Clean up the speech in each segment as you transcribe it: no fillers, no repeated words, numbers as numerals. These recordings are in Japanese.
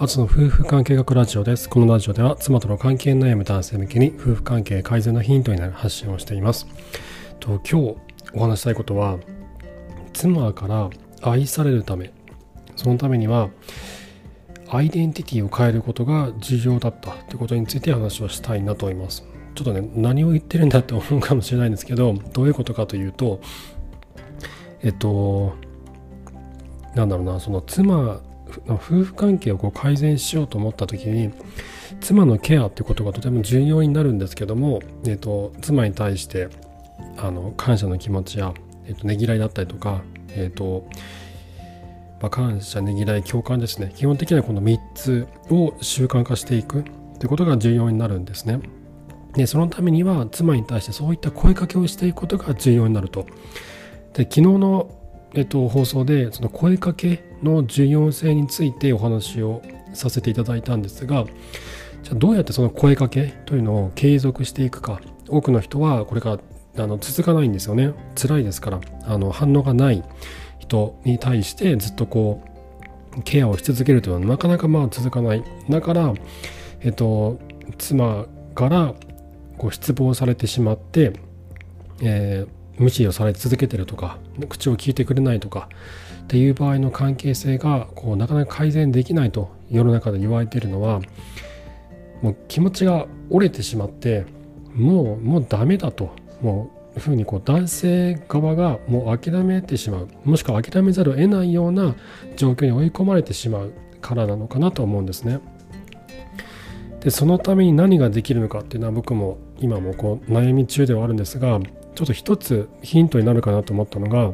アツの夫婦関係学ラジオです。このラジオでは妻との関係に悩む男性向けに夫婦関係改善のヒントになる発信をしています。今日お話したいことは、妻から愛されるため、そのためにはアイデンティティを変えることが重要だったということについて話をしたいなと思います。ちょっとね、何を言ってるんだって思うかもしれないんですけど、どういうことかというと、その妻の夫婦関係を改善しようと思った時に、妻のケアってことがとても重要になるんですけども、妻に対して感謝の気持ちや、ねぎらいだったりとか、感謝、ねぎらい、共感ですね。基本的にはこの3つを習慣化していくということが重要になるんですね。で、そのためには妻に対してそういった声かけをしていくことが重要になると。で、昨日の放送でその声かけの重要性についてお話をさせていただいたんですが、じゃあどうやってその声かけというのを継続していくか。多くの人はこれが続かないんですよね。辛いですから、反応がない人に対してずっとケアをし続けるというのはなかなか続かない。だから、妻から失望されてしまって、無視をされ続けてるとか、口を聞いてくれないとかっていう場合の関係性がなかなか改善できないと世の中で言われているのは、もう気持ちが折れてしまって、もうダメだと、もうふうに男性側がもう諦めてしまう、もしくは諦めざるを得ないような状況に追い込まれてしまうからなのかなと思うんですね。で、そのために何ができるのかっていうのは、僕も今も悩み中ではあるんですが、ちょっと一つヒントになるかなと思ったのが、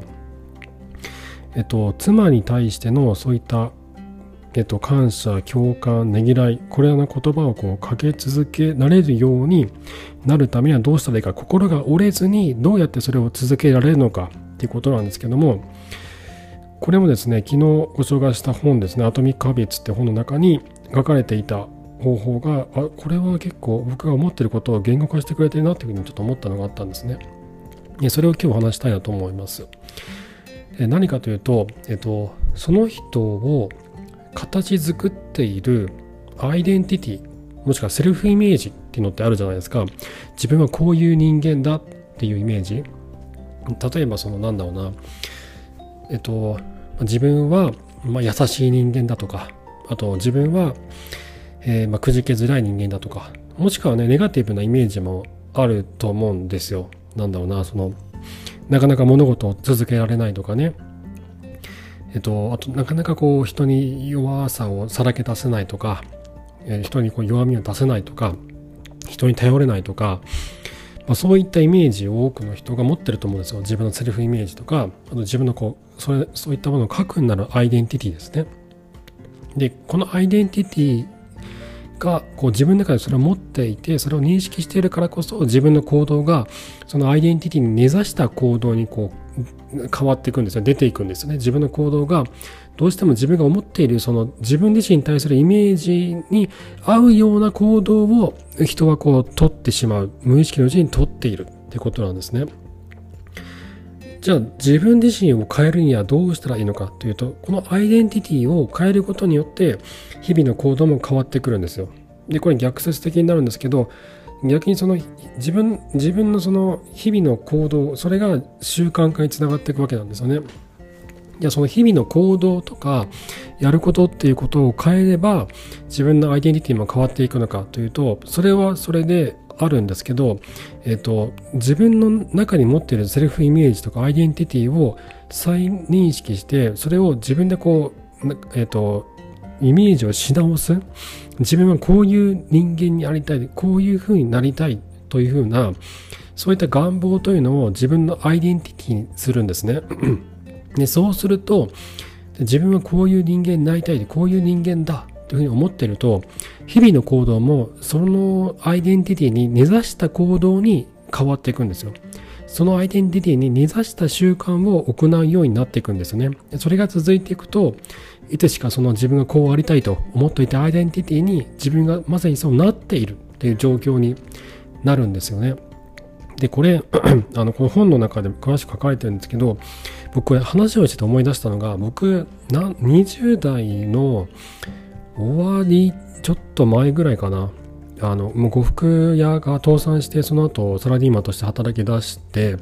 妻に対してのそういった、感謝、共感、ねぎらい、これらの言葉をかけ続けられるようになるためにはどうしたらいいか、心が折れずにどうやってそれを続けられるのかっていうことなんですけども、これもですね、昨日ご紹介した本ですね、アトミック・ハビッツって本の中に書かれていた方法が、これは結構僕が思っていることを言語化してくれてるなというふうにちょっと思ったのがあったんですね。それを今日話したいなと思います。何かというと、その人を形作っているアイデンティティ、もしくはセルフイメージっていうのってあるじゃないですか。自分はこういう人間だっていうイメージ。例えば自分は優しい人間だとか、あと自分はくじけづらい人間だとか、もしくはね、ネガティブなイメージもあると思うんですよ。なかなか物事を続けられないとかね、あとなかなか人に弱さをさらけ出せないとか、人に弱みを出せないとか、人に頼れないとか、そういったイメージを多くの人が持ってると思うんですよ。自分のセルフイメージとか、あと自分のそういったものを核になるアイデンティティですね。で、このアイデンティティが自分の中でそれを持っていて、それを認識しているからこそ、自分の行動がそのアイデンティティに根ざした行動に変わっていくんですよ。出ていくんですよね。自分の行動がどうしても自分が思っているその自分自身に対するイメージに合うような行動を人は取ってしまう、無意識のうちに取っているってことなんですね。じゃあ自分自身を変えるにはどうしたらいいのかというと、このアイデンティティを変えることによって日々の行動も変わってくるんですよ。で、これ逆説的になるんですけど、逆にその自分のその日々の行動、それが習慣化につながっていくわけなんですよね。じゃあその日々の行動とかやることっていうことを変えれば自分のアイデンティティも変わっていくのかというと、それはそれであるんですけど、自分の中に持っているセルフイメージとかアイデンティティを再認識して、それを自分でイメージをし直す。自分はこういう人間にありたい、こういう風になりたいという風な、そういった願望というのを自分のアイデンティティにするんですね。で、そうすると、自分はこういう人間になりたい、こういう人間だというふうに思っていると、日々の行動もそのアイデンティティに根ざした行動に変わっていくんですよ。そのアイデンティティに根ざした習慣を行うようになっていくんですよね。それが続いていくと、いつしかその自分がこうありたいと思っていたアイデンティティに自分がまさにそうなっているという状況になるんですよね。で、これこの本の中で詳しく書かれてるんですけど、僕話をしてて思い出したのが、僕20代の終わりちょっと前ぐらいかな。もう呉服屋が倒産して、その後サラリーマンとして働き出して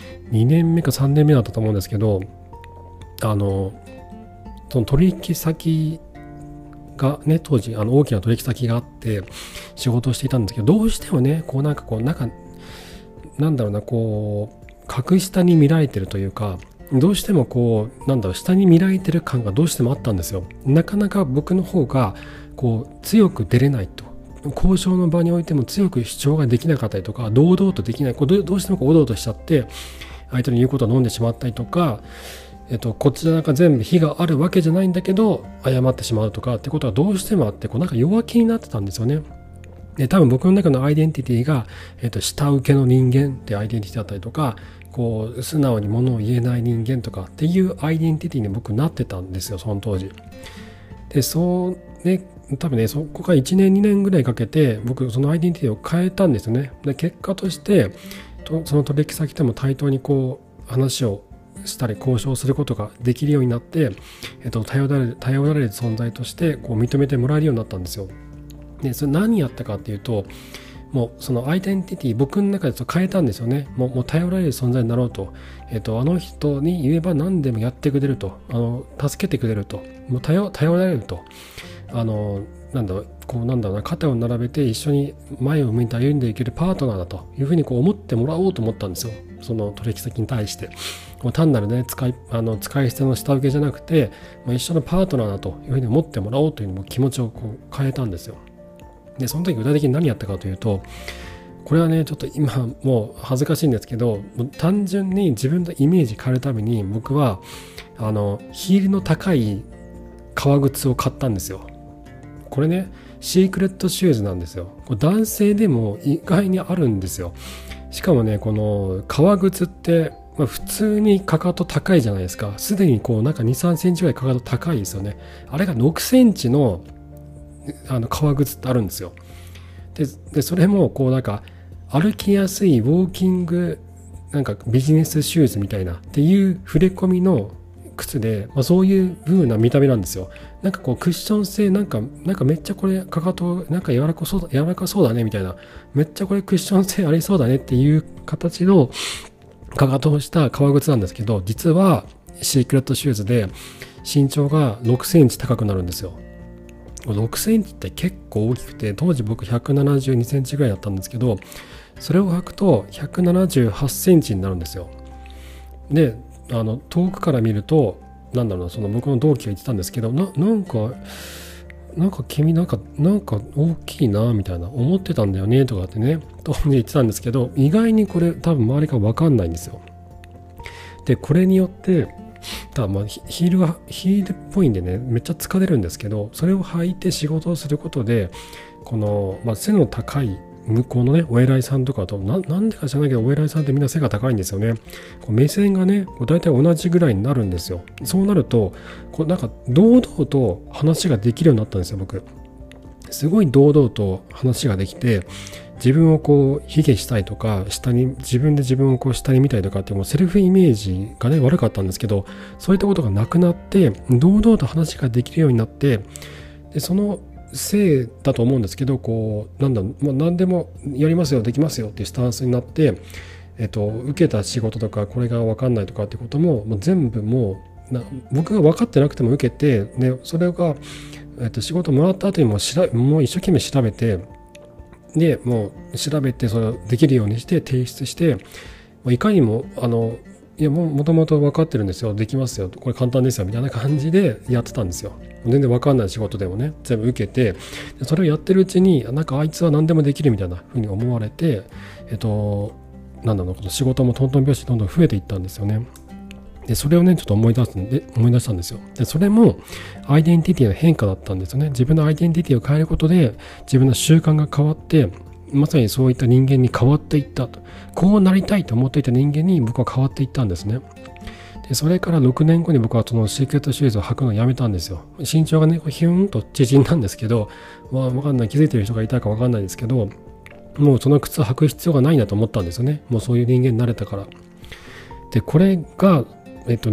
2年目か3年目だったと思うんですけど、その取引先がね、当時大きな取引先があって仕事をしていたんですけど、どうしてもね、こうなんかなんだろうな、こう格下に見られてるというか、どうしてもこうなんだろう、下に見られてる感がどうしてもあったんですよ。なかなか僕の方がこう強く出れないと、交渉の場においても強く主張ができなかったりとか、堂々とできない、どうしてもおどおどしちゃって相手の言うことを飲んでしまったりとか、こちらが全部非があるわけじゃないんだけど謝ってしまうとかってことがどうしてもあって、なんか弱気になってたんですよね。で、多分僕の中のアイデンティティが、下請けの人間ってアイデンティティだったりとか、こう素直に物を言えない人間とかっていうアイデンティティに僕なってたんですよ、その当時。で、多分ね、そこから1年2年ぐらいかけて僕そのアイデンティティを変えたんですよね。で、結果としてその取引先とも対等にこう話をしたり交渉することができるようになって、頼られる存在としてこう認めてもらえるようになったんですよ。で、それ何やったかっていうと、もうそのアイデンティティ僕の中で変えたんですよね。もう頼られる存在になろうと、あの人に言えば何でもやってくれると、助けてくれると、もう頼られると、なんだろうな、肩を並べて一緒に前を向いて歩んでいけるパートナーだというふうにこう思ってもらおうと思ったんですよ、その取引先に対して。もう単なるね、使い捨ての下請けじゃなくて、一緒のパートナーだというふうに思ってもらおうという気持ちをこう変えたんですよ。で、その時具体的に何やったかというと、これはね、ちょっと今もう恥ずかしいんですけど、単純に自分のイメージ変えるために僕はヒールの高い革靴を買ったんですよ。これね、シークレットシューズなんですよ。これ男性でも意外にあるんですよ。しかもね、この革靴って、普通にかかと高いじゃないですか。すでにこうなんか2、3センチぐらいかかと高いですよね。あれが6センチの革靴ってあるんですよ。でそれもこうなんか歩きやすいウォーキングなんかビジネスシューズみたいなっていう触れ込みの靴で、そういう風な見た目なんですよ。なんかこうクッション性なんかめっちゃこれかかとなんか柔らかそうだねみたいな、めっちゃこれクッション性ありそうだねっていう形のかかとをした革靴なんですけど、実はシークレットシューズで身長が6センチ高くなるんですよ。6センチって結構大きくて、当時僕172センチぐらいだったんですけど、それを履くと178センチになるんですよ。で、遠くから見ると、なんだろうな、その僕の同期が言ってたんですけど、なんか君なんか大きいなみたいな思ってたんだよねとかってね、当時言ってたんですけど、意外にこれ多分周りが分かんないんですよ。で、これによってヒールっぽいんでね、めっちゃ疲れるんですけど、それを履いて仕事をすることで、この、背の高い向こうのね、お偉いさんとかと、なんでか知らないけど、お偉いさんってみんな背が高いんですよね。こう目線がね、だいたい同じぐらいになるんですよ。そうなると、なんか堂々と話ができるようになったんですよ、僕。すごい堂々と話ができて、自分をこう卑下したいとか、自分で自分をこう下に見たりとかっていう、もうセルフイメージがね悪かったんですけど、そういったことがなくなって堂々と話ができるようになって、でそのせいだと思うんですけど、こう何でもやりますよ、できますよっていうスタンスになって、受けた仕事とかこれが分かんないとかってことも、全部僕が分かってなくても受けて、でそれが、仕事もらった後にもう一生懸命調べて、でもう調べてそれをできるようにして提出して、いかにももともと分かってるんですよ、できますよ、これ簡単ですよみたいな感じでやってたんですよ。全然分かんない仕事でもね全部受けて、それをやってるうちになんかあいつは何でもできるみたいな風に思われて、この仕事もトントン拍子どんどん増えていったんですよね。でそれをねちょっと思い出したんですよ。でそれもアイデンティティの変化だったんですよね。自分のアイデンティティを変えることで自分の習慣が変わって、まさにそういった人間に変わっていったと、こうなりたいと思っていた人間に僕は変わっていったんですね。でそれから6年後に僕はそのシークレットシューズを履くのをやめたんですよ。身長がねヒューンと縮んだんですけど、分かんない、気づいてる人がいたか分かんないですけど、もうその靴を履く必要がないなと思ったんですよね。もうそういう人間になれたから。でこれが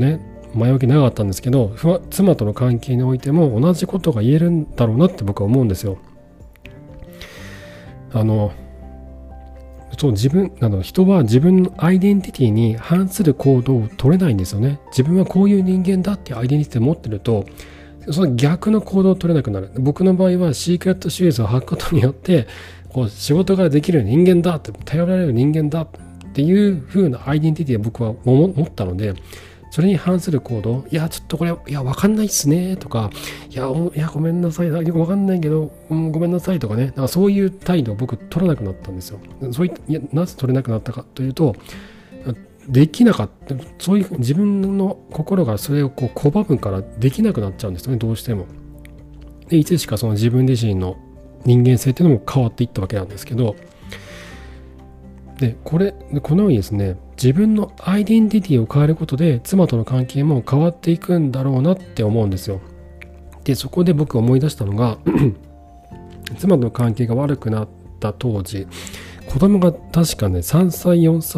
前置き長かったんですけど、妻との関係においても同じことが言えるんだろうなって僕は思うんですよ。そう、人は自分のアイデンティティに反する行動を取れないんですよね。自分はこういう人間だっていうアイデンティティを持ってると、その逆の行動を取れなくなる。僕の場合はシークレットシューズを履くことによって、こう仕事ができる人間だって、頼られる人間だっていう風なアイデンティティを僕は持ったので、それに反する行動、いや、ちょっとこれ、いや、わかんないっすね、とか、いや、ごめんなさい、よくわかんないけど、ごめんなさいとかね、そういう態度を僕取らなくなったんですよ。なぜ取れなくなったかというと、できなかった、そういう自分の心がそれをこう拒むからできなくなっちゃうんですよね、どうしても。で、いつしかその自分自身の人間性っていうのも変わっていったわけなんですけど、で、このようにですね、自分のアイデンティティを変えることで妻との関係も変わっていくんだろうなって思うんですよ。で、そこで僕思い出したのが妻との関係が悪くなった当時、子供が確かね3歳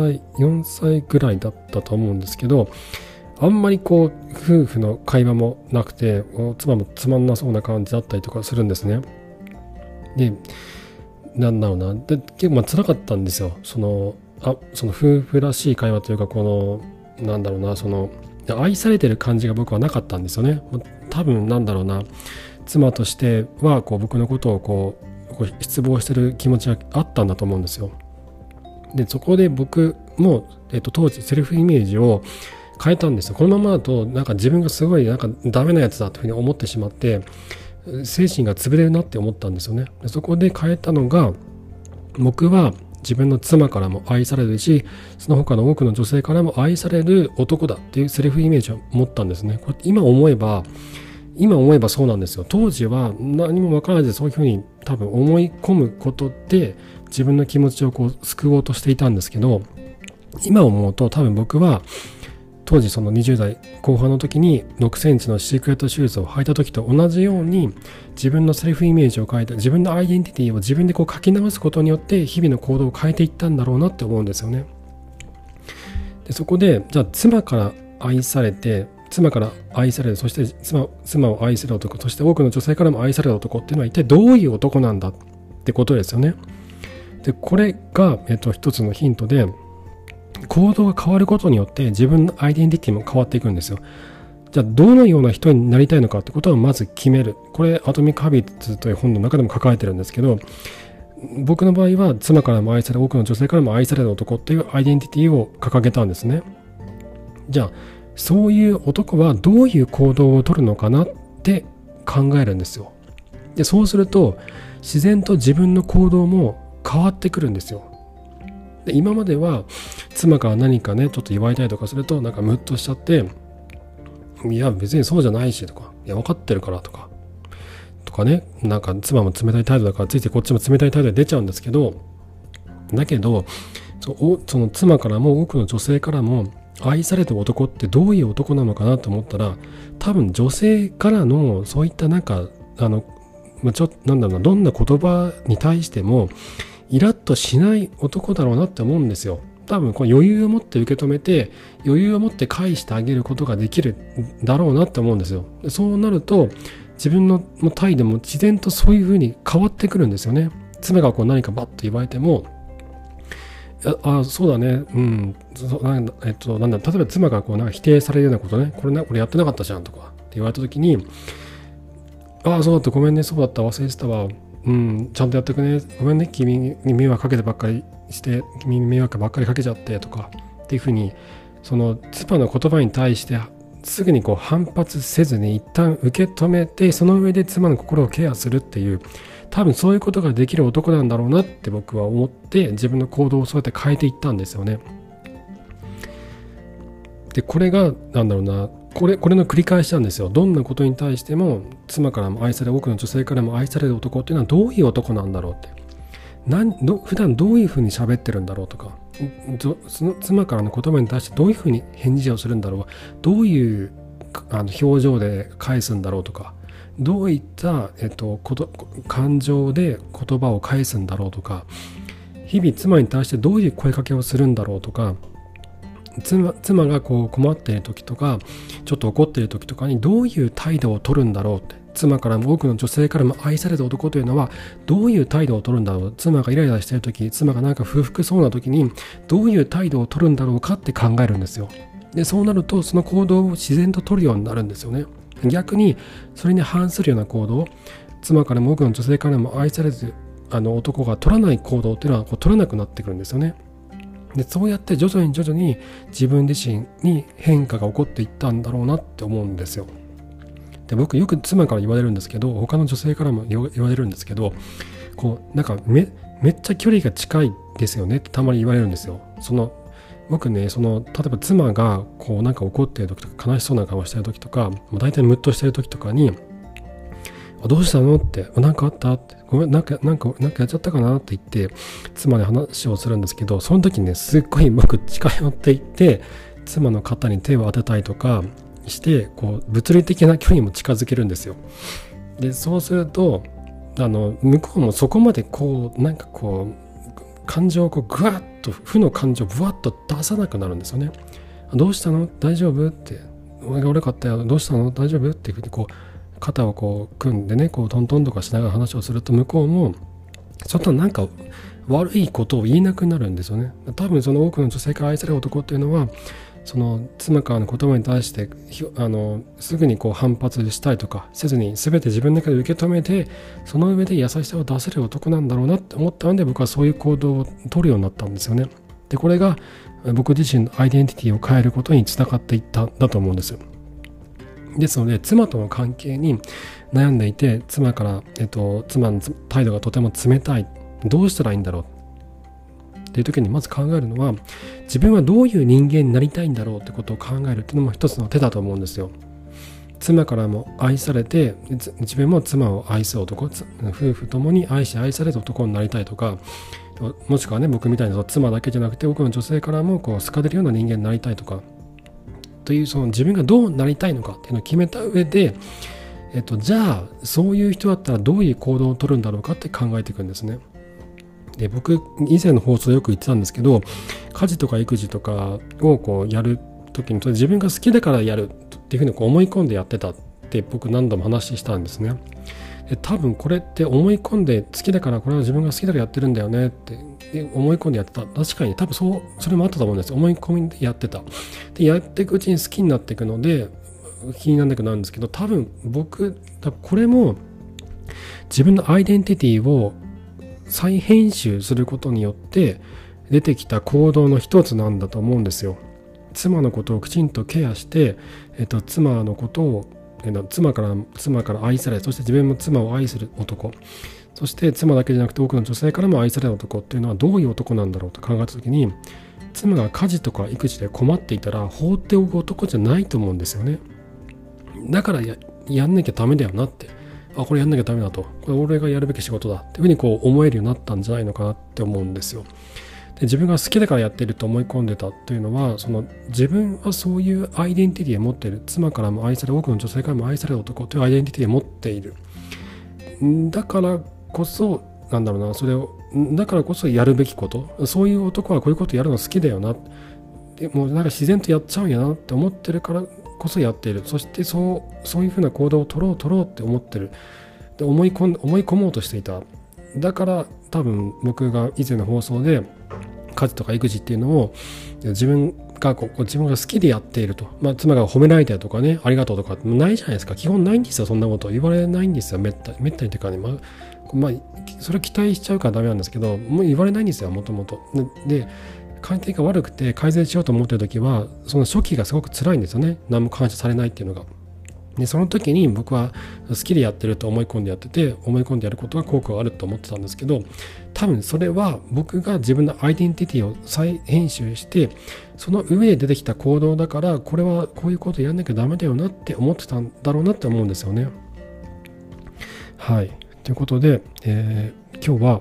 4歳ぐらいだったと思うんですけど、あんまりこう夫婦の会話もなくて、妻もつまんなそうな感じだったりとかするんですね。で、なんだろうな、で結構辛かったんですよ。その夫婦らしい会話というか、このなんだろうな、その愛されてる感じが僕はなかったんですよね。多分なんだろうな、妻としてはこう僕のことをこう失望してる気持ちがあったんだと思うんですよ。で、そこで僕も、当時セルフイメージを変えたんですよ。このままだとなんか自分がすごいなんかダメなやつだというふうに思ってしまって、精神が潰れるなって思ったんですよね。で、そこで変えたのが、僕は自分の妻からも愛されるし、その他の多くの女性からも愛される男だっていうセルフイメージを持ったんですね。これ今思えばそうなんですよ。当時は何も分からずそういうふうに多分思い込むことで自分の気持ちをこう救おうとしていたんですけど、今思うと多分僕は当時その20代後半の時に6センチのシークレットシューズを履いた時と同じように、自分のセルフイメージを変えて、自分のアイデンティティを自分でこう書き直すことによって日々の行動を変えていったんだろうなって思うんですよね。で、そこでじゃあ妻から愛されて、そして妻を愛する男、そして多くの女性からも愛される男っていうのは一体どういう男なんだってことですよね。で、これが、一つのヒントで、行動が変わることによって自分のアイデンティティも変わっていくんですよ。じゃあどのような人になりたいのかってことをまず決める。これアトミック・ハビッツという本の中でも書かれてるんですけど、僕の場合は妻からも愛され、多くの女性からも愛される男っていうアイデンティティを掲げたんですね。じゃあそういう男はどういう行動をとるのかなって考えるんですよ。で、そうすると自然と自分の行動も変わってくるんですよ。で、今までは妻から何かねちょっと言われたりとかするとなんかムッとしちゃって、いや別にそうじゃないしとか、いや分かってるからとかね、なんか妻も冷たい態度だからついてこっちも冷たい態度で出ちゃうんですけど、その妻からも多くの女性からも愛されてる男ってどういう男なのかなと思ったら、多分女性からのそういったなんかなんだろうな、どんな言葉に対してもイラッとしない男だろうなって思うんですよ。多分こう余裕を持って受け止めて、余裕を持って返してあげることができるだろうなって思うんですよ。そうなると自分の態度も自然とそういう風に変わってくるんですよね。妻がこう何かバッと言われても、そうだね、なんだ、例えば妻がこうなんか否定されるようなことね、これやってなかったじゃんとかって言われた時に、そうだった、ごめんね、そうだった、忘れてたわ、ちゃんとやってくね、ごめんね、君に迷惑かけてばっかりして、君に迷惑ばっかりかけちゃってとかっていうふうに、その妻の言葉に対してすぐにこう反発せずに一旦受け止めて、その上で妻の心をケアするっていう、多分そういうことができる男なんだろうなって僕は思って、自分の行動をそうやって変えていったんですよね。で、これがなんだろうな、これの繰り返しなんですよ。どんなことに対しても妻からも愛され、多くの女性からも愛される男っていうのはどういう男なんだろうって、普段どういうふうに喋ってるんだろうとか、その妻からの言葉に対してどういうふうに返事をするんだろう、どういう表情で返すんだろうとか、どういった、感情で言葉を返すんだろうとか、日々妻に対してどういう声かけをするんだろうとか、 妻がこう困っている時とかちょっと怒っている時とかにどういう態度を取るんだろうって、妻からも多くの女性からも愛された男というのはどういう態度を取るんだろう、妻がイライラしている時、妻がなんか不服そうな時にどういう態度を取るんだろうかって考えるんですよ。でそうなるとその行動を自然と取るようになるんですよね。逆にそれに反するような行動、妻からも多くの女性からも愛されず男が取らない行動っていうのはこう取らなくなってくるんですよね。でそうやって徐々に自分自身に変化が起こっていったんだろうなって思うんですよ。で僕よく妻から言われるんですけど、他の女性からも言われるんですけど、こうなんかめっちゃ距離が近いですよねってたまに言われるんですよ。僕ね、例えば妻がこうなんか怒っている時とか悲しそうな顔している時とか、もう大体ムッとしている時とかに、どうしたのって、なんかあったって、ごめん、なんかやっちゃったかなって言って妻に話をするんですけど、その時にねすっごい僕近寄っていって妻の肩に手を当てたりとかしてこう物理的な距離も近づけるんですよ。でそうすると向こうもそこまでこうなんかこう感情をこうグワッと負の感情をブワッと出さなくなるんですよね。どうしたの大丈夫って、俺が悪かったよ、どうしたの大丈夫っていうふうにこう肩をこう組んでね、こうトントンとかしながら話をすると、向こうもちょっとなんか悪いことを言えなくなるんですよね。多分その多くの女性から愛される男っていうのは、その妻からの言葉に対してすぐにこう反発したりとかせずに、全て自分の中で受け止めて、その上で優しさを出せる男なんだろうなって思ったので、僕はそういう行動を取るようになったんですよね。でこれが僕自身のアイデンティティを変えることにつながっていったんだと思うんですよ。ですので妻との関係に悩んでいて、妻から、妻の態度がとても冷たい、どうしたらいいんだろうっていう時にまず考えるのは、自分はどういう人間になりたいんだろうってことを考えるっていうのも一つの手だと思うんですよ。妻からも愛されて、自分も妻を愛す男、夫婦ともに愛し愛される男になりたいとか、もしくはね、僕みたいな妻だけじゃなくて多くの女性からもこう好かれるような人間になりたいとかという、その自分がどうなりたいのかっていうのを決めた上で、じゃあそういう人だったらどういう行動を取るんだろうかって考えていくんですね。で僕以前の放送でよく言ってたんですけど、家事とか育児とかをこうやる時に自分が好きだからやるっていうふうにこう思い込んでやってたって僕何度も話したんですね。で多分これって思い込んで、好きだからこれは自分が好きだからやってるんだよねって思い込んでやってた。確かに多分それもあったと思うんです。思い込みでやってた。でやっていくうちに好きになっていくので気にならなくなるんですけど、多分これも自分のアイデンティティを再編集することによって出てきた行動の一つなんだと思うんですよ。妻のことをきちんとケアして、妻のことを妻から愛され、そして自分も妻を愛する男、そして妻だけじゃなくて多くの女性からも愛される男っていうのはどういう男なんだろうと考えた時に、妻が家事とか育児で困っていたら放っておく男じゃないと思うんですよね。だからやんなきゃダメだよなって、これやんなきゃダメだと、これ俺がやるべき仕事だっていうふうにこう思えるようになったんじゃないのかなって思うんですよ。で自分が好きだからやっていると思い込んでたというのは、自分はそういうアイデンティティを持っている、妻からも愛され、多くの女性からも愛される男というアイデンティティを持っている。だからこそだからこそやるべきこと、そういう男はこういうことやるの好きだよな、でもうなんか自然とやっちゃうんやなって思ってるからこそやっている。そしてそういうふうな行動を取ろうって思ってる。で思い込もうとしていた。だから多分僕が以前の放送で家事とか育児っていうのを自分が好きでやっていると、妻が褒められたりとかね、ありがとうとかないじゃないですか。基本ないんですよ。そんなこと言われないんですよ。めったにというかね、それを期待しちゃうからダメなんですけど、もう言われないんですよ、もともと。で関係が悪くて改善しようと思っている時は、その初期がすごく辛いんですよね。何も感謝されないっていうのが。でその時に僕は好きでやってると思い込んでやってて、思い込んでやることが効果があると思ってたんですけど、多分それは僕が自分のアイデンティティを再編集して、その上で出てきた行動だから、これはこういうことやんなきゃダメだよなって思ってたんだろうなって思うんですよね。はい、ということで、今日は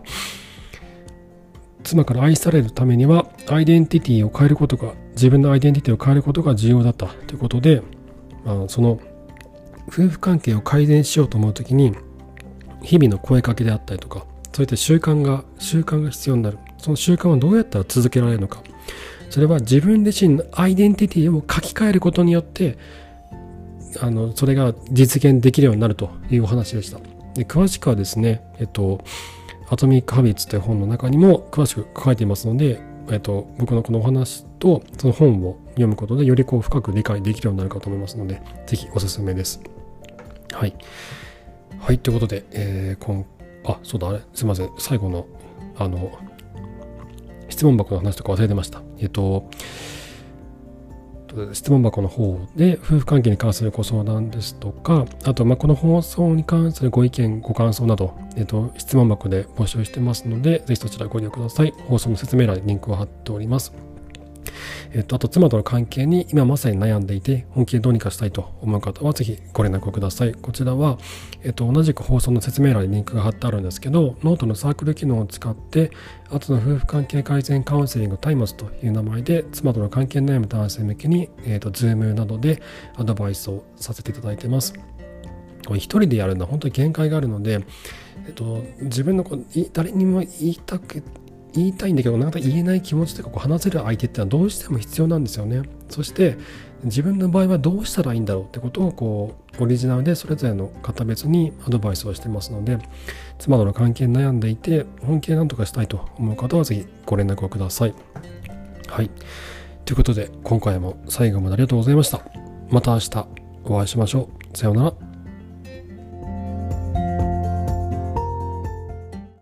妻から愛されるためにはアイデンティティを変えることが、自分のアイデンティティを変えることが重要だったということで、その夫婦関係を改善しようと思うときに、日々の声かけであったりとか、そういった習慣が必要になる。その習慣はどうやったら続けられるのか。 それは自分自身のアイデンティティを書き換えることによってそれが実現できるようになるというお話でした。で詳しくはですね、アトミック・ハビッツという本の中にも詳しく書かれていますので、僕のこのお話とその本を読むことでより深く理解できるようになるかと思いますので、ぜひおすすめです。はい。はい、ということで、そうだ、すいません。最後の、質問箱の話とか忘れてました。質問箱の方で夫婦関係に関するご相談ですとか、あとこの放送に関するご意見ご感想など、質問箱で募集してますので、ぜひそちらご利用ください。放送の説明欄にリンクを貼っております。あと妻との関係に今まさに悩んでいて本気でどうにかしたいと思う方はぜひご連絡をください。こちらは、同じく放送の説明欄にリンクが貼ってあるんですけど、ノートのサークル機能を使って後の夫婦関係改善カウンセリングタイマスという名前で妻との関係に悩む男性向けに、Zoom などでアドバイスをさせていただいてます。一人でやるのは本当に限界があるので、自分の誰にも言いたいんだけどなかなか言えない気持ちとか話せる相手ってのはどうしても必要なんですよね。そして自分の場合はどうしたらいいんだろうってことをオリジナルでそれぞれの方別にアドバイスをしてますので、妻との関係に悩んでいて本気で何とかしたいと思う方はぜひご連絡をください。はい。ということで今回も最後までありがとうございました。また明日お会いしましょう。さようなら。